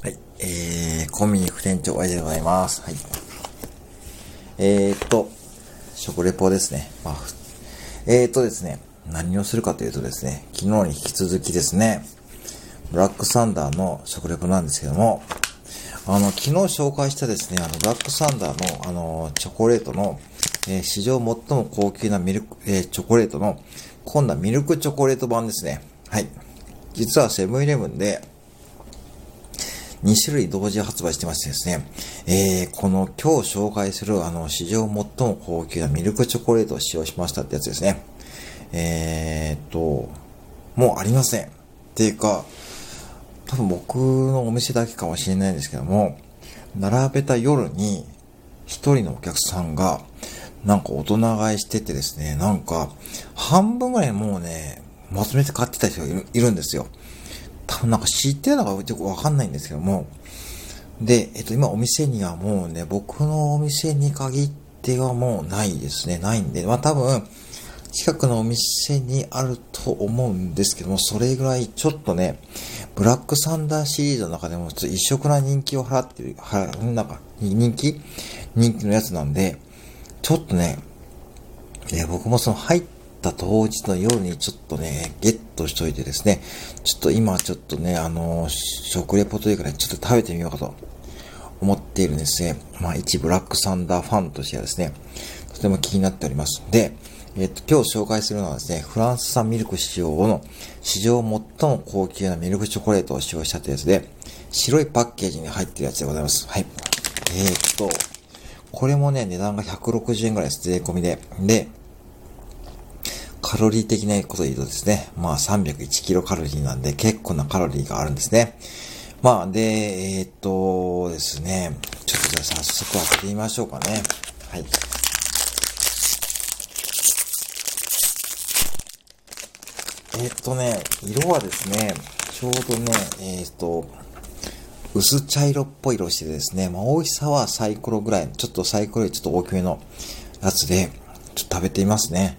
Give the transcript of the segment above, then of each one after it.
はい。コンビニ副店長、おやじでございます。はい。食レポですね。ですね、何をするかというとですね、昨日に引き続きですね、ブラックサンダーの食レポなんですけども、昨日紹介したですね、ブラックサンダーの、チョコレートの、史上最も高級なチョコレートの、今度はミルクチョコレート版ですね。はい。実はセブンイレブンで、2種類同時発売してましてですね、この今日紹介する史上最も高級なミルクチョコレートを使用しましたってやつですね。もうありません。っていうか、多分僕のお店だけかもしれないんですけども、並べた夜に一人のお客さんがなんか大人買いしててですね、なんか半分ぐらいもうね、まとめて買ってた人がいるんですよ。多分なんか知ってるのかよくわかんないんですけども。で、今お店にはもうね、僕のお店に限ってはもうないですね。ないんで、まあ多分、近くのお店にあると思うんですけども、それぐらいちょっとね、ブラックサンダーシリーズの中でもちょっと異色な人気を払ってる、なんか、人気のやつなんで、ちょっとね、僕もその入った当日の夜にちょっとね、ゲットしといてですね、ちょっと今ちょっとね、食レポというかね、ちょっと食べてみようかと思っているんですね。まあ、一ブラックサンダーファンとしてはですね、とても気になっております。で、今日紹介するのはですね、フランス産ミルク使用の史上最も高級なミルクチョコレートを使用したってやつで、白いパッケージに入ってるやつでございます。はい。これもね、値段が160円ぐらいです。税込みで。で、カロリー的なことで言うとですね、まあ301キロカロリーなんで結構なカロリーがあるんですね。まあ、で、ですね、ちょっとじゃあ早速開けてみましょうかね。はい。色はですね、ちょうどね、薄茶色っぽい色してですね、まあ大きさはサイコロぐらい、ちょっとサイコロよりちょっと大きめのやつで、ちょっと食べてみますね。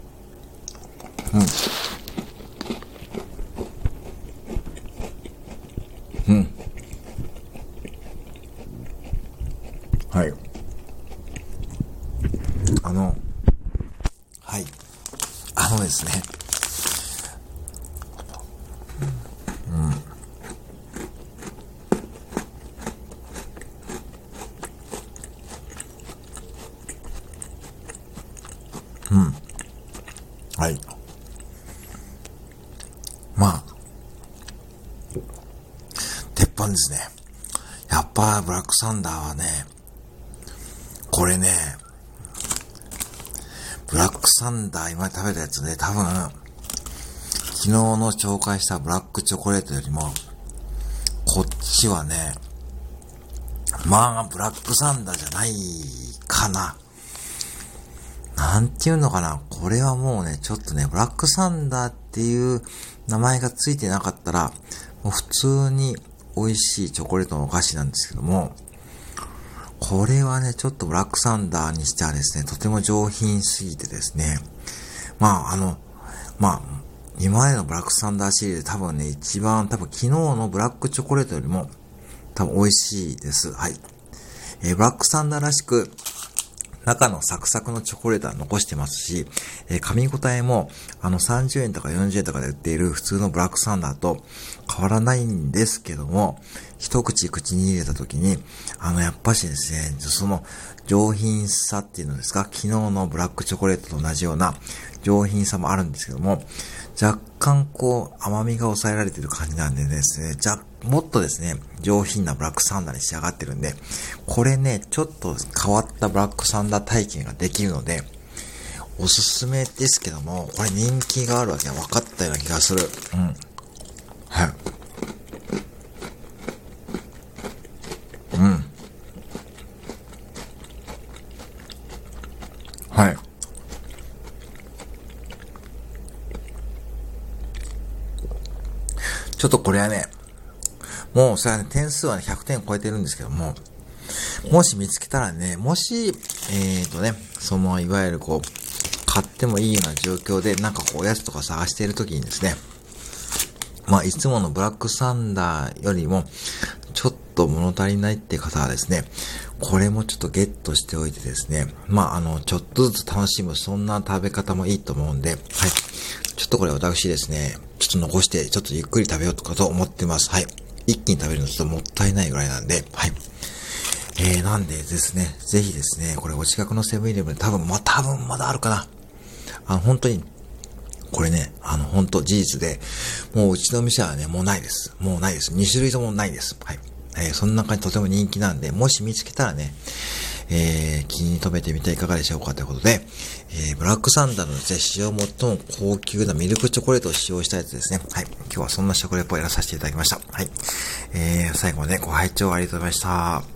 うん。はい。はい。ですね。はい。まあ、鉄板ですね。やっぱブラックサンダーはね、これね、ブラックサンダー今食べたやつね、多分、昨日の紹介したブラックチョコレートよりも、こっちはね、まあ、ブラックサンダーじゃないかな。なんていうのかな。これはもうね、ちょっとね、ブラックサンダーっていう名前がついてなかったら、もう普通に美味しいチョコレートのお菓子なんですけども、これはね、ちょっとブラックサンダーにしてはですね、とても上品すぎてですね、今までのブラックサンダーシリーズで多分ね、一番多分昨日のブラックチョコレートよりも多分美味しいです。はい。ブラックサンダーらしく、中のサクサクのチョコレートは残してますし、噛み応えも、30円とか40円とかで売っている普通のブラックサンダーと変わらないんですけども、一口口に入れた時に、やっぱしですね、その上品さっていうのですか、昨日のブラックチョコレートと同じような上品さもあるんですけども、若干甘みが抑えられている感じなんでですね、もっとですね、上品なブラックサンダーに仕上がってるんで、これね、ちょっと変わったブラックサンダー体験ができるので、おすすめですけども、これ人気があるわけは分かったような気がする。うん。はい。うん。はい。ちょっとこれはね、もうそれはね、点数はね、100点超えてるんですけども、もし見つけたらね、いわゆる買ってもいいような状況で、なんかおやつとか探しているときにですね、まあ、いつものブラックサンダーよりも、ちょっと物足りないって方はですね、これもちょっとゲットしておいてですね、ちょっとずつ楽しむ、そんな食べ方もいいと思うんで、はい。ちょっとこれ私ですね、ちょっと残して、ちょっとゆっくり食べようとかと思ってます。はい。一気に食べるのちょっともったいないぐらいなんで、はい。なんでですね、ぜひですね、これお近くのセブンイレブンで多分まだあるかな。本当に、これね、本当事実で、もううちの店はね、もうないです。もうないです。2種類ともないです。はい。その中にとても人気なんで、もし見つけたらね、気に留めてみてはいかがでしょうかということで、ブラックサンダーのですね、使用最も高級なミルクチョコレートを使用したやつですね。はい。今日はそんな食レポをやらさせていただきました。はい。最後までご拝聴ありがとうございました。